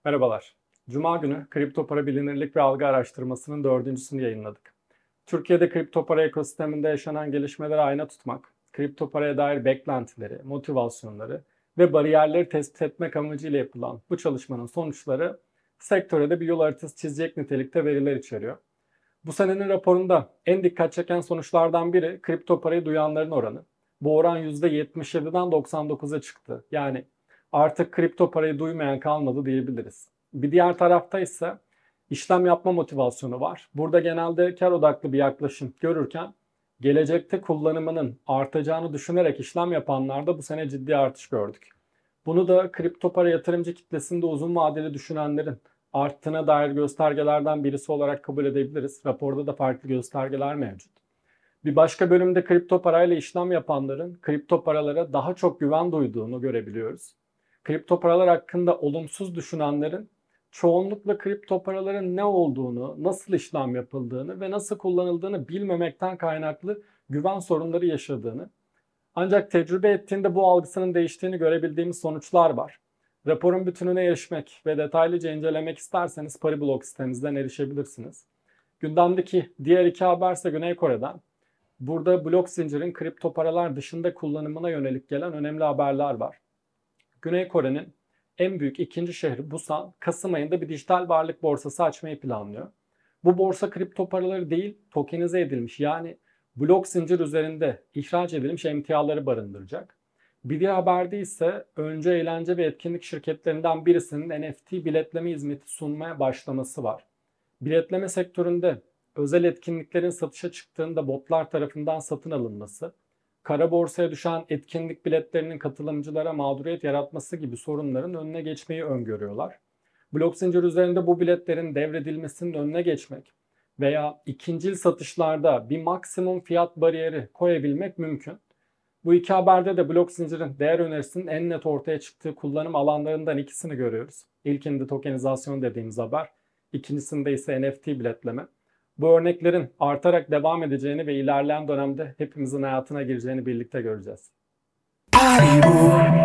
Merhabalar. Cuma günü kripto para bilinirlik ve algı araştırmasının dördüncüsünü yayınladık. Türkiye'de kripto para ekosisteminde yaşanan gelişmeleri ayna tutmak, kripto paraya dair beklentileri, motivasyonları ve bariyerleri tespit etmek amacıyla yapılan bu çalışmanın sonuçları sektöre de bir yol haritası çizecek nitelikte veriler içeriyor. Bu senenin raporunda en dikkat çeken sonuçlardan biri kripto parayı duyanların oranı. Bu oran %77'den 99'a çıktı. Yani artık kripto parayı duymayan kalmadı diyebiliriz. Bir diğer tarafta ise işlem yapma motivasyonu var. Burada genelde kar odaklı bir yaklaşım görürken gelecekte kullanımının artacağını düşünerek işlem yapanlarda bu sene ciddi artış gördük. Bunu da kripto para yatırımcı kitlesinde uzun vadeli düşünenlerin arttığına dair göstergelerden birisi olarak kabul edebiliriz. Raporda da farklı göstergeler mevcut. Bir başka bölümde kripto parayla işlem yapanların kripto paralara daha çok güven duyduğunu görebiliyoruz. Kripto paralar hakkında olumsuz düşünenlerin çoğunlukla kripto paraların ne olduğunu, nasıl işlem yapıldığını ve nasıl kullanıldığını bilmemekten kaynaklı güven sorunları yaşadığını, ancak tecrübe ettiğinde bu algısının değiştiğini görebildiğimiz sonuçlar var. Raporun bütününe erişmek ve detaylıca incelemek isterseniz Pariblog sitemizden erişebilirsiniz. Gündemdeki diğer iki haber ise Güney Kore'den. Burada blok zincirin kripto paralar dışında kullanımına yönelik gelen önemli haberler var. Güney Kore'nin en büyük ikinci şehri Busan, Kasım ayında bir dijital varlık borsası açmayı planlıyor. Bu borsa kripto paraları değil, tokenize edilmiş yani blok zincir üzerinde ihraç edilmiş emtiaları barındıracak. Bir diğer haberde ise önce eğlence ve etkinlik şirketlerinden birisinin NFT biletleme hizmeti sunmaya başlaması var. Biletleme sektöründe özel etkinliklerin satışa çıktığında botlar tarafından satın alınması, kara borsaya düşen etkinlik biletlerinin katılımcılara mağduriyet yaratması gibi sorunların önüne geçmeyi öngörüyorlar. Blok zincir üzerinde bu biletlerin devredilmesinin önüne geçmek veya ikincil satışlarda bir maksimum fiyat bariyeri koyabilmek mümkün. Bu iki haberde de blok zincirin değer önerisinin en net ortaya çıktığı kullanım alanlarından ikisini görüyoruz. İlkinde tokenizasyon dediğimiz haber, ikincisinde ise NFT biletleme. Bu örneklerin artarak devam edeceğini ve ilerleyen dönemde hepimizin hayatına gireceğini birlikte göreceğiz.